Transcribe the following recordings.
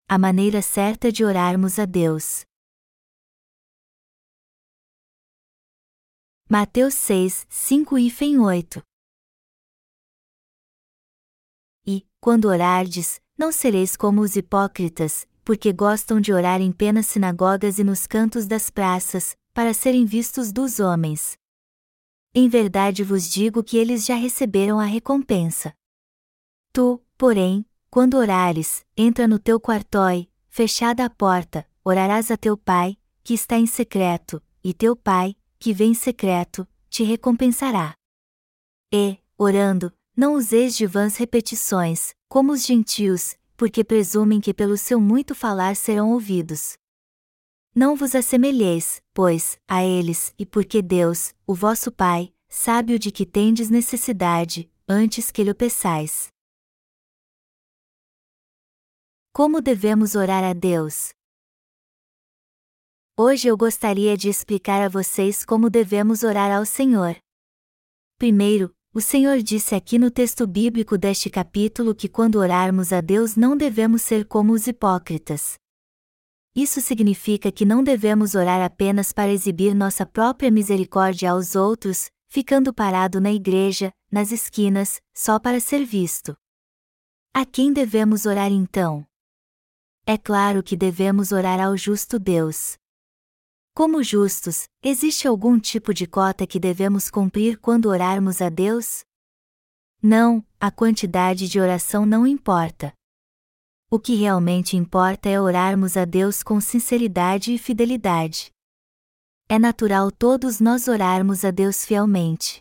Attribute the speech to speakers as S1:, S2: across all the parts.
S1: a maneira certa de orarmos a Deus. Mateus 6, 5 e 8. E, quando orardes, não sereis como os hipócritas, porque gostam de orar em penas sinagogas e nos cantos das praças, para serem vistos dos homens. Em verdade vos digo que eles já receberam a recompensa. Tu, porém, quando orares, entra no teu quartói, fechada a porta, orarás a teu Pai, que está em secreto, e teu Pai, que vê em secreto, te recompensará. E, orando, não useis de vãs repetições, como os gentios, porque presumem que pelo seu muito falar serão ouvidos. Não vos assemelheis, pois, a eles, e porque Deus, o vosso Pai, sabe o de que tendes necessidade, antes que lhe o peçais. Como devemos orar a Deus? Hoje eu gostaria de explicar a vocês como devemos orar ao Senhor. Primeiro, o Senhor disse aqui no texto bíblico deste capítulo que quando orarmos a Deus não devemos ser como os hipócritas. Isso significa que não devemos orar apenas para exibir nossa própria misericórdia aos outros, ficando parado na igreja, nas esquinas, só para ser visto. A quem devemos orar então? É claro que devemos orar ao justo Deus. Como justos, existe algum tipo de cota que devemos cumprir quando orarmos a Deus? Não, a quantidade de oração não importa. O que realmente importa é orarmos a Deus com sinceridade e fidelidade. É natural todos nós orarmos a Deus fielmente.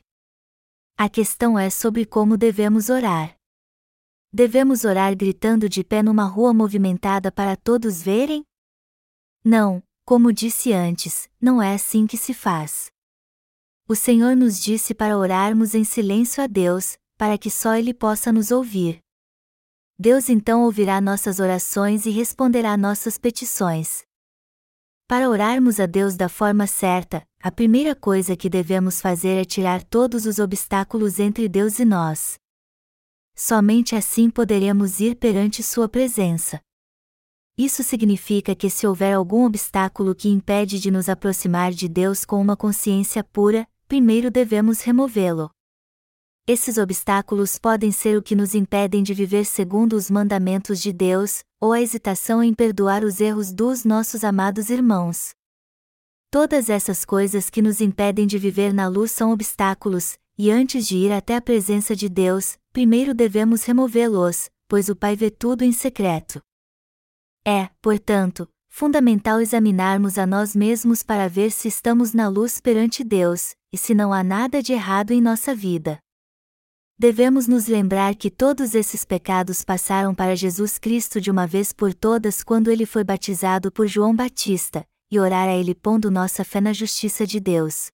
S1: A questão é sobre como devemos orar. Devemos orar gritando de pé numa rua movimentada para todos verem? Não, como disse antes, não é assim que se faz. O Senhor nos disse para orarmos em silêncio a Deus, para que só Ele possa nos ouvir. Deus então ouvirá nossas orações e responderá nossas petições. Para orarmos a Deus da forma certa, a primeira coisa que devemos fazer é tirar todos os obstáculos entre Deus e nós. Somente assim poderemos ir perante Sua presença. Isso significa que se houver algum obstáculo que impede de nos aproximar de Deus com uma consciência pura, primeiro devemos removê-lo. Esses obstáculos podem ser o que nos impedem de viver segundo os mandamentos de Deus, ou a hesitação em perdoar os erros dos nossos amados irmãos. Todas essas coisas que nos impedem de viver na luz são obstáculos, e antes de ir até a presença de Deus, primeiro devemos removê-los, pois o Pai vê tudo em secreto. É, portanto, fundamental examinarmos a nós mesmos para ver se estamos na luz perante Deus, e se não há nada de errado em nossa vida. Devemos nos lembrar que todos esses pecados passaram para Jesus Cristo de uma vez por todas quando ele foi batizado por João Batista, e orar a ele pondo nossa fé na justiça de Deus.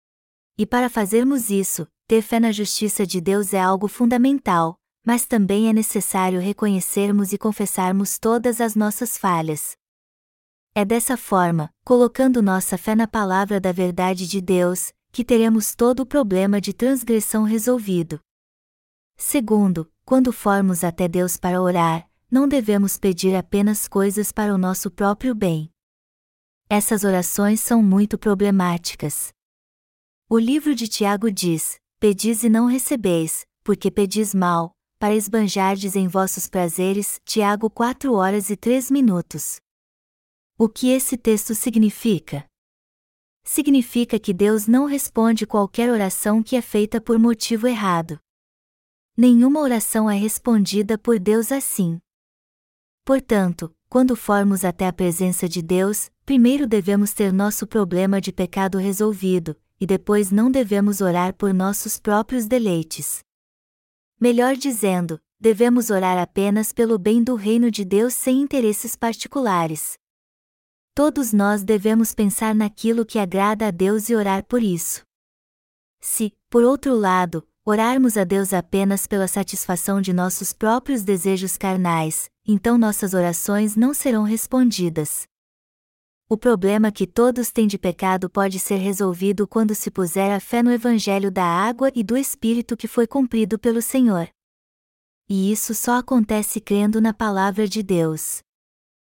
S1: E para fazermos isso, ter fé na justiça de Deus é algo fundamental, mas também é necessário reconhecermos e confessarmos todas as nossas falhas. É dessa forma, colocando nossa fé na palavra da verdade de Deus, que teremos todo o problema de transgressão resolvido. Segundo, quando formos até Deus para orar, não devemos pedir apenas coisas para o nosso próprio bem. Essas orações são muito problemáticas. O livro de Tiago diz: pedis e não recebeis, porque pedis mal, para esbanjardes em vossos prazeres. Tiago 4:03. O que esse texto significa? Significa que Deus não responde qualquer oração que é feita por motivo errado. Nenhuma oração é respondida por Deus assim. Portanto, quando formos até a presença de Deus, primeiro devemos ter nosso problema de pecado resolvido, e depois não devemos orar por nossos próprios deleites. Melhor dizendo, devemos orar apenas pelo bem do reino de Deus sem interesses particulares. Todos nós devemos pensar naquilo que agrada a Deus e orar por isso. Se, por outro lado, orarmos a Deus apenas pela satisfação de nossos próprios desejos carnais, então nossas orações não serão respondidas. O problema que todos têm de pecado pode ser resolvido quando se puser a fé no Evangelho da água e do Espírito que foi cumprido pelo Senhor. E isso só acontece crendo na palavra de Deus.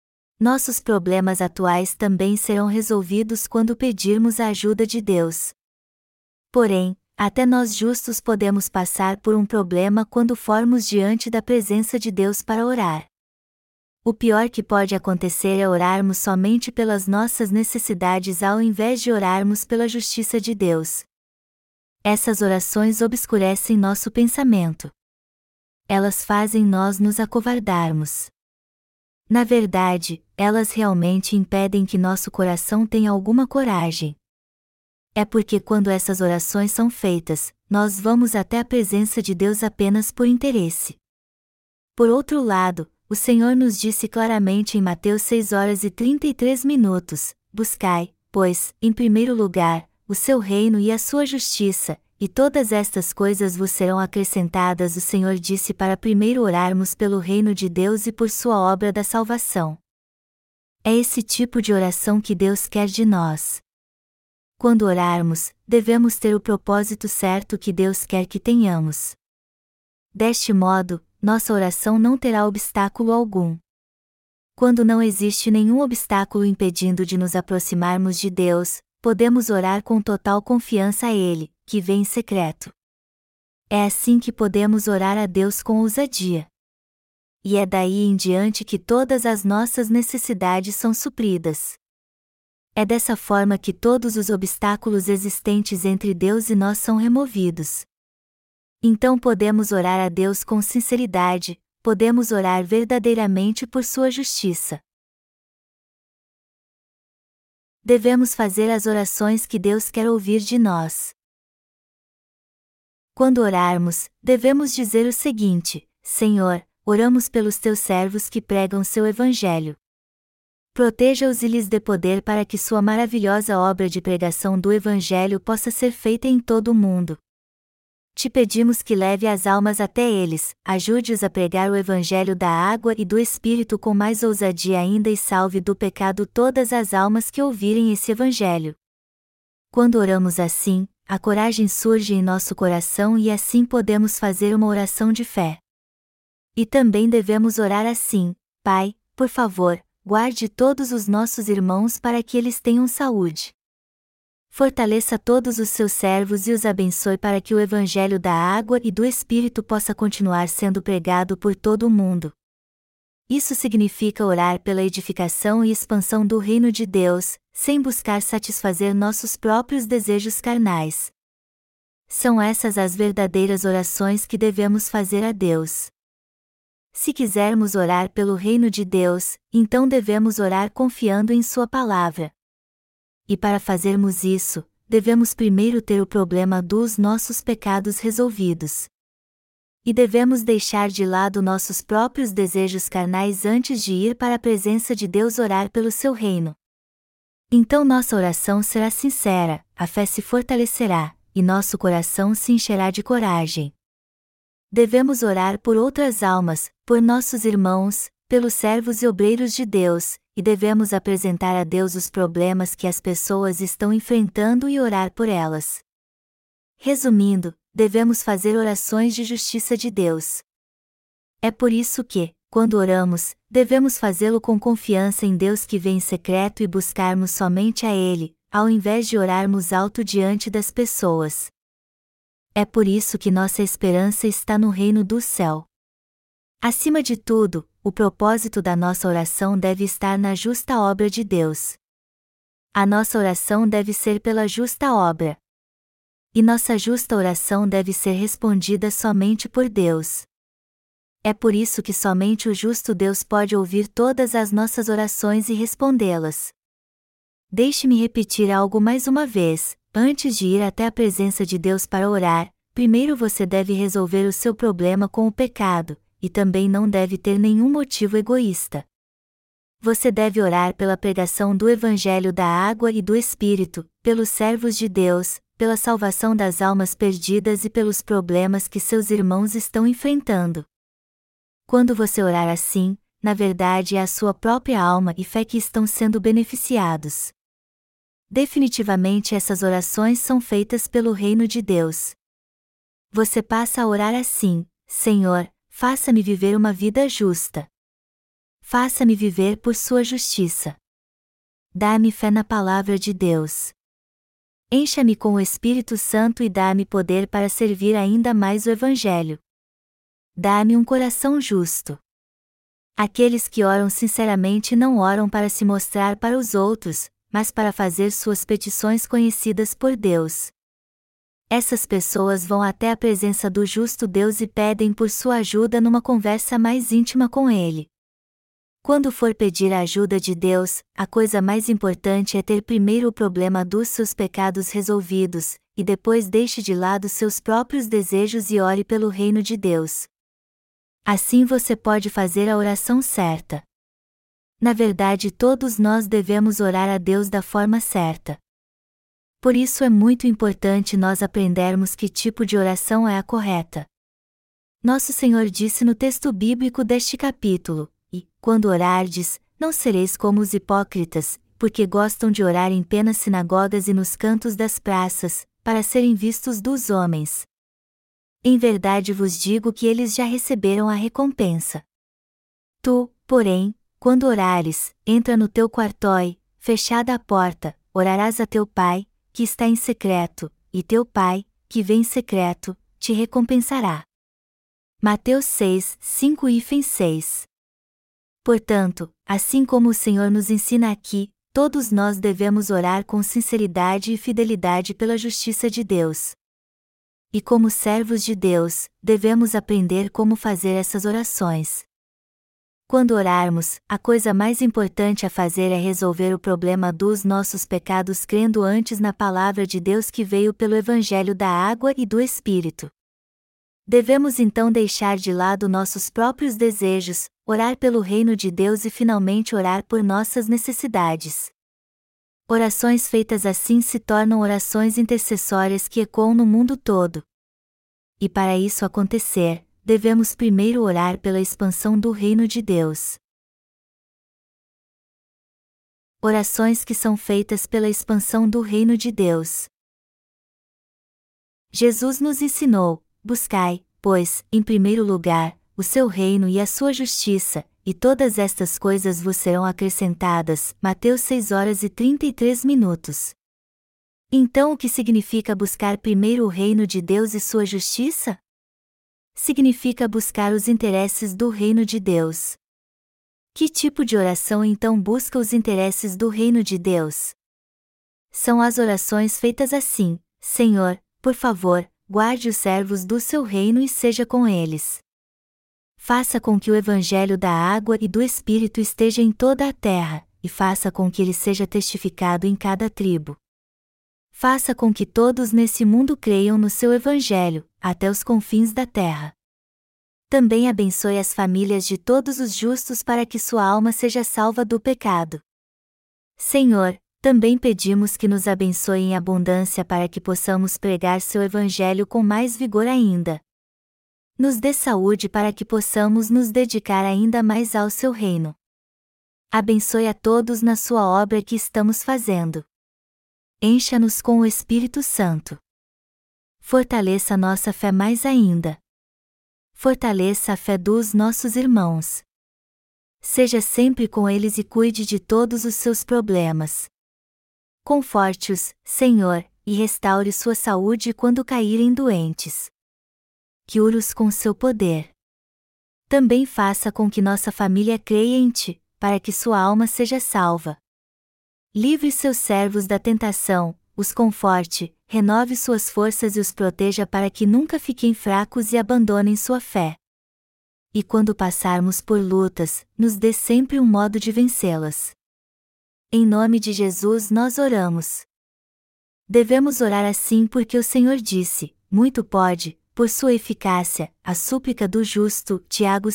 S1: nossos problemas atuais também serão resolvidos quando pedirmos a ajuda de Deus. Porém, até nós justos podemos passar por um problema quando formos diante da presença de Deus para orar. O pior que pode acontecer é orarmos somente pelas nossas necessidades ao invés de orarmos pela justiça de Deus. Essas orações obscurecem nosso pensamento. Elas fazem nós nos acovardarmos. Na verdade, elas realmente impedem que nosso coração tenha alguma coragem. É porque quando essas orações são feitas, nós vamos até a presença de Deus apenas por interesse. Por outro lado, o Senhor nos disse claramente em Mateus 6:33, buscai, pois, em primeiro lugar, o seu reino e a sua justiça, e todas estas coisas vos serão acrescentadas. O Senhor disse para primeiro orarmos pelo reino de Deus e por sua obra da salvação. É esse tipo de oração que Deus quer de nós. Quando orarmos, devemos ter o propósito certo que Deus quer que tenhamos. Deste modo, nossa oração não terá obstáculo algum. Quando não existe nenhum obstáculo impedindo de nos aproximarmos de Deus, podemos orar com total confiança a Ele, que vem em secreto. É assim que podemos orar a Deus com ousadia. E é daí em diante que todas as nossas necessidades são supridas. É dessa forma que todos os obstáculos existentes entre Deus e nós são removidos. Então podemos orar a Deus com sinceridade, podemos orar verdadeiramente por sua justiça. Devemos fazer as orações que Deus quer ouvir de nós. Quando orarmos, devemos dizer o seguinte: Senhor, oramos pelos teus servos que pregam seu evangelho. Proteja-os e lhes dê poder para que sua maravilhosa obra de pregação do evangelho possa ser feita em todo o mundo. Te pedimos que leve as almas até eles, ajude-os a pregar o evangelho da água e do Espírito com mais ousadia ainda e salve do pecado todas as almas que ouvirem esse evangelho. Quando oramos assim, a coragem surge em nosso coração e assim podemos fazer uma oração de fé. E também devemos orar assim: Pai, por favor, guarde todos os nossos irmãos para que eles tenham saúde. Fortaleça todos os seus servos e os abençoe para que o evangelho da água e do Espírito possa continuar sendo pregado por todo o mundo. Isso significa orar pela edificação e expansão do reino de Deus, sem buscar satisfazer nossos próprios desejos carnais. São essas as verdadeiras orações que devemos fazer a Deus. Se quisermos orar pelo reino de Deus, então devemos orar confiando em sua palavra. E para fazermos isso, devemos primeiro ter o problema dos nossos pecados resolvidos. E devemos deixar de lado nossos próprios desejos carnais antes de ir para a presença de Deus orar pelo seu reino. Então nossa oração será sincera, a fé se fortalecerá, e nosso coração se encherá de coragem. Devemos orar por outras almas, por nossos irmãos, pelos servos e obreiros de Deus, e devemos apresentar a Deus os problemas que as pessoas estão enfrentando e orar por elas. Resumindo, devemos fazer orações de justiça de Deus. É por isso que, quando oramos, devemos fazê-lo com confiança em Deus que vem em secreto e buscarmos somente a Ele, ao invés de orarmos alto diante das pessoas. É por isso que nossa esperança está no reino do céu. Acima de tudo, o propósito da nossa oração deve estar na justa obra de Deus. A nossa oração deve ser pela justa obra. E nossa justa oração deve ser respondida somente por Deus. É por isso que somente o justo Deus pode ouvir todas as nossas orações e respondê-las. Deixe-me repetir algo mais uma vez: antes de ir até a presença de Deus para orar, primeiro você deve resolver o seu problema com o pecado, e também não deve ter nenhum motivo egoísta. Você deve orar pela pregação do Evangelho da água e do Espírito, pelos servos de Deus, pela salvação das almas perdidas e pelos problemas que seus irmãos estão enfrentando. Quando você orar assim, na verdade é a sua própria alma e fé que estão sendo beneficiados. Definitivamente essas orações são feitas pelo reino de Deus. Você passa a orar assim: Senhor, faça-me viver uma vida justa. Faça-me viver por sua justiça. Dá-me fé na palavra de Deus. Encha-me com o Espírito Santo e dá-me poder para servir ainda mais o Evangelho. Dá-me um coração justo. Aqueles que oram sinceramente não oram para se mostrar para os outros, mas para fazer suas petições conhecidas por Deus. Essas pessoas vão até a presença do justo Deus e pedem por sua ajuda numa conversa mais íntima com Ele. Quando for pedir a ajuda de Deus, a coisa mais importante é ter primeiro o problema dos seus pecados resolvidos, e depois deixe de lado seus próprios desejos e ore pelo reino de Deus. Assim você pode fazer a oração certa. Na verdade, todos nós devemos orar a Deus da forma certa. Por isso é muito importante nós aprendermos que tipo de oração é a correta. Nosso Senhor disse no texto bíblico deste capítulo: "E, quando orardes, não sereis como os hipócritas, porque gostam de orar em penas sinagogas e nos cantos das praças, para serem vistos dos homens. Em verdade vos digo que eles já receberam a recompensa. Tu, porém, quando orares, entra no teu quartói, fechada a porta, orarás a teu Pai, que está em secreto, e teu Pai, que vem em secreto, te recompensará." Mateus 6, 5-6. Portanto, assim como o Senhor nos ensina aqui, todos nós devemos orar com sinceridade e fidelidade pela justiça de Deus. E como servos de Deus, devemos aprender como fazer essas orações. Quando orarmos, a coisa mais importante a fazer é resolver o problema dos nossos pecados crendo antes na palavra de Deus que veio pelo Evangelho da água e do Espírito. Devemos então deixar de lado nossos próprios desejos, orar pelo reino de Deus e finalmente orar por nossas necessidades. Orações feitas assim se tornam orações intercessórias que ecoam no mundo todo. E para isso acontecer, devemos primeiro orar pela expansão do reino de Deus. Orações que são feitas pela expansão do reino de Deus. Jesus nos ensinou: buscai, pois, em primeiro lugar, o seu reino e a sua justiça, e todas estas coisas vos serão acrescentadas. Mateus 6:33. Então o que significa buscar primeiro o reino de Deus e sua justiça? Significa buscar os interesses do reino de Deus. Que tipo de oração então busca os interesses do reino de Deus? São as orações feitas assim: Senhor, por favor, guarde os servos do seu reino e seja com eles. Faça com que o Evangelho da água e do Espírito esteja em toda a terra, e faça com que ele seja testificado em cada tribo. Faça com que todos nesse mundo creiam no seu Evangelho, até os confins da terra. Também abençoe as famílias de todos os justos para que sua alma seja salva do pecado. Senhor, também pedimos que nos abençoe em abundância para que possamos pregar seu Evangelho com mais vigor ainda. Nos dê saúde para que possamos nos dedicar ainda mais ao seu reino. Abençoe a todos na sua obra que estamos fazendo. Encha-nos com o Espírito Santo. Fortaleça nossa fé mais ainda. Fortaleça a fé dos nossos irmãos. Seja sempre com eles e cuide de todos os seus problemas. Conforte-os, Senhor, e restaure sua saúde quando caírem doentes. Cure-os com seu poder. Também faça com que nossa família creia em Ti, para que sua alma seja salva. Livre seus servos da tentação, os conforte, renove suas forças e os proteja para que nunca fiquem fracos e abandonem sua fé. E quando passarmos por lutas, nos dê sempre um modo de vencê-las. Em nome de Jesus nós oramos. Devemos orar assim porque o Senhor disse: muito pode, por sua eficácia, a súplica do justo. Tiago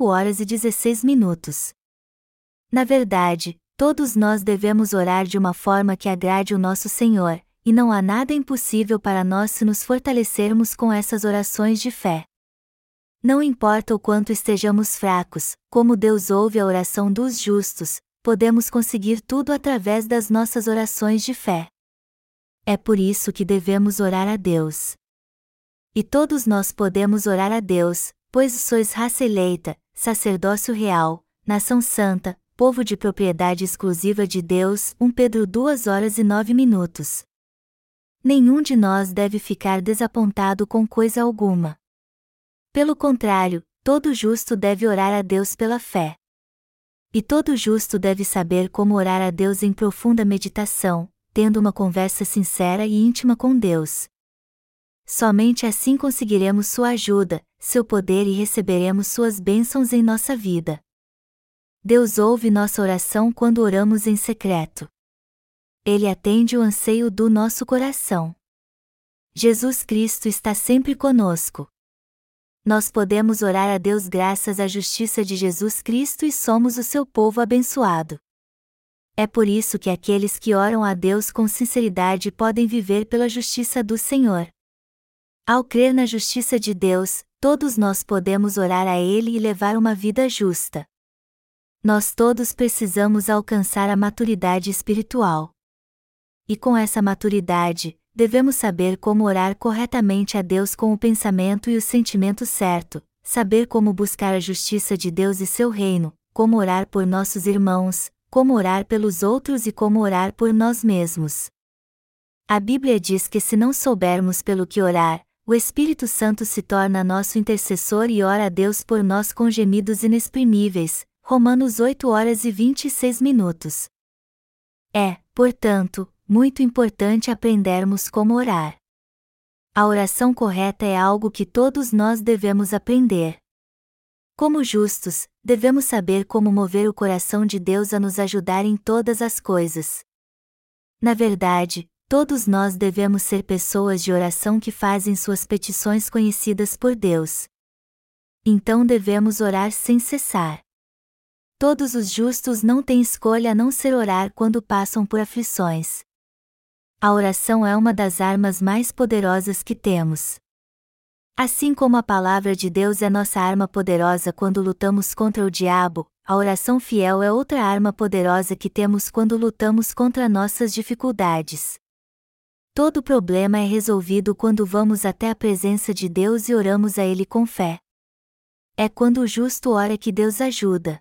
S1: 5:16. Na verdade, todos nós devemos orar de uma forma que agrade o nosso Senhor, e não há nada impossível para nós se nos fortalecermos com essas orações de fé. Não importa o quanto estejamos fracos, como Deus ouve a oração dos justos, podemos conseguir tudo através das nossas orações de fé. É por isso que devemos orar a Deus. E todos nós podemos orar a Deus, pois sois raça eleita, sacerdócio real, nação santa, povo de propriedade exclusiva de Deus. 1 Pedro 2:09. Nenhum de nós deve ficar desapontado com coisa alguma. Pelo contrário, todo justo deve orar a Deus pela fé. E todo justo deve saber como orar a Deus em profunda meditação, tendo uma conversa sincera e íntima com Deus. Somente assim conseguiremos sua ajuda, seu poder e receberemos suas bênçãos em nossa vida. Deus ouve nossa oração quando oramos em secreto. Ele atende o anseio do nosso coração. Jesus Cristo está sempre conosco. Nós podemos orar a Deus graças à justiça de Jesus Cristo e somos o seu povo abençoado. É por isso que aqueles que oram a Deus com sinceridade podem viver pela justiça do Senhor. Ao crer na justiça de Deus, todos nós podemos orar a Ele e levar uma vida justa. Nós todos precisamos alcançar a maturidade espiritual. E com essa maturidade, devemos saber como orar corretamente a Deus com o pensamento e o sentimento certo, saber como buscar a justiça de Deus e seu reino, como orar por nossos irmãos, como orar pelos outros e como orar por nós mesmos. A Bíblia diz que se não soubermos pelo que orar, o Espírito Santo se torna nosso intercessor e ora a Deus por nós com gemidos inexprimíveis. Romanos 8:26. É, portanto, muito importante aprendermos como orar. A oração correta é algo que todos nós devemos aprender. Como justos, devemos saber como mover o coração de Deus a nos ajudar em todas as coisas. Na verdade, todos nós devemos ser pessoas de oração que fazem suas petições conhecidas por Deus. Então devemos orar sem cessar. Todos os justos não têm escolha a não ser orar quando passam por aflições. A oração é uma das armas mais poderosas que temos. Assim como a palavra de Deus é nossa arma poderosa quando lutamos contra o diabo, a oração fiel é outra arma poderosa que temos quando lutamos contra nossas dificuldades. Todo problema é resolvido quando vamos até a presença de Deus e oramos a Ele com fé. É quando o justo ora que Deus ajuda.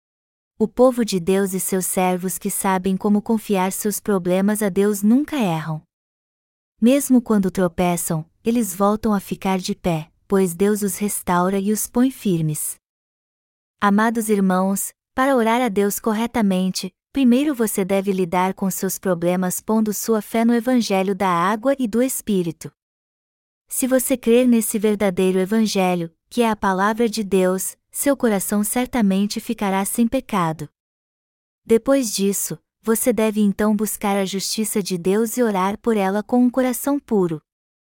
S1: O povo de Deus e seus servos que sabem como confiar seus problemas a Deus nunca erram. Mesmo quando tropeçam, eles voltam a ficar de pé, pois Deus os restaura e os põe firmes. Amados irmãos, para orar a Deus corretamente, primeiro você deve lidar com seus problemas pondo sua fé no Evangelho da água e do Espírito. Se você crer nesse verdadeiro Evangelho, que é a palavra de Deus, seu coração certamente ficará sem pecado. Depois disso, você deve então buscar a justiça de Deus e orar por ela com um coração puro.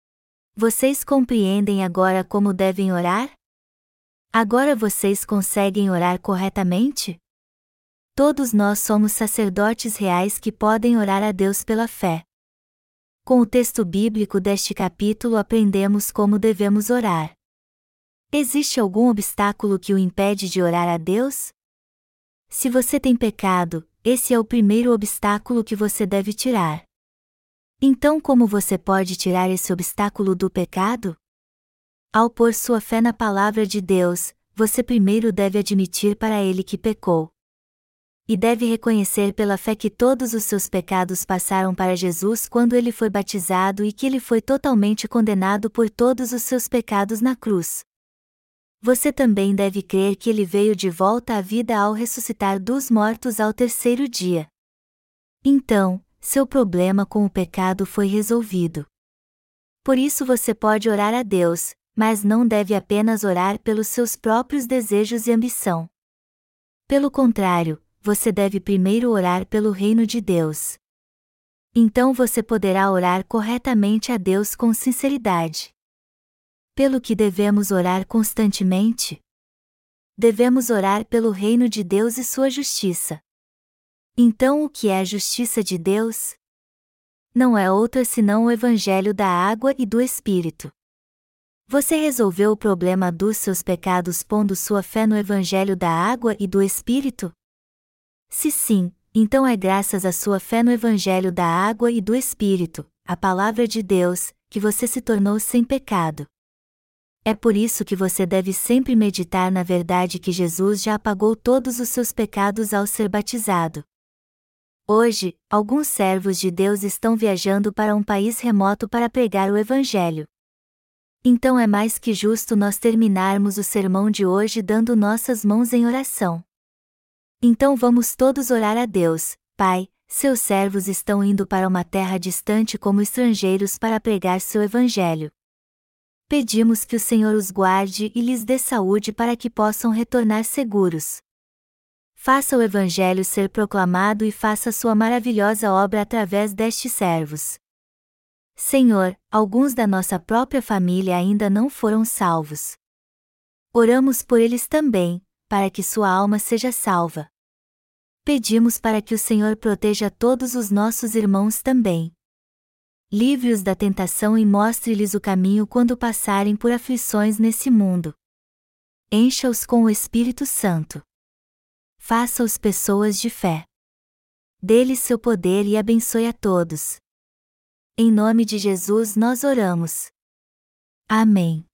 S1: Vocês compreendem agora como devem orar? Agora vocês conseguem orar corretamente? Todos nós somos sacerdotes reais que podem orar a Deus pela fé. Com o texto bíblico deste capítulo aprendemos como devemos orar. Existe algum obstáculo que o impede de orar a Deus? Se você tem pecado, esse é o primeiro obstáculo que você deve tirar. Então, como você pode tirar esse obstáculo do pecado? Ao pôr sua fé na palavra de Deus, você primeiro deve admitir para Ele que pecou. E deve reconhecer pela fé que todos os seus pecados passaram para Jesus quando ele foi batizado e que ele foi totalmente condenado por todos os seus pecados na cruz. Você também deve crer que ele veio de volta à vida ao ressuscitar dos mortos ao terceiro dia. Então, seu problema com o pecado foi resolvido. Por isso você pode orar a Deus, mas não deve apenas orar pelos seus próprios desejos e ambição. Pelo contrário, você deve primeiro orar pelo reino de Deus. Então você poderá orar corretamente a Deus com sinceridade. Pelo que devemos orar constantemente? Devemos orar pelo reino de Deus e sua justiça. Então o que é a justiça de Deus? Não é outra senão o Evangelho da água e do Espírito. Você resolveu o problema dos seus pecados pondo sua fé no Evangelho da água e do Espírito? Se sim, então é graças à sua fé no Evangelho da água e do Espírito, a palavra de Deus, que você se tornou sem pecado. É por isso que você deve sempre meditar na verdade que Jesus já apagou todos os seus pecados ao ser batizado. Hoje, alguns servos de Deus estão viajando para um país remoto para pregar o Evangelho. Então é mais que justo nós terminarmos o sermão de hoje dando nossas mãos em oração. Então vamos todos orar a Deus. Pai, seus servos estão indo para uma terra distante como estrangeiros para pregar seu Evangelho. Pedimos que o Senhor os guarde e lhes dê saúde para que possam retornar seguros. Faça o Evangelho ser proclamado e faça sua maravilhosa obra através destes servos. Senhor, alguns da nossa própria família ainda não foram salvos. Oramos por eles também, para que sua alma seja salva. Pedimos para que o Senhor proteja todos os nossos irmãos também. Livre-os da tentação e mostre-lhes o caminho quando passarem por aflições nesse mundo. Encha-os com o Espírito Santo. Faça-os pessoas de fé. Dê-lhes seu poder e abençoe a todos. Em nome de Jesus nós oramos. Amém.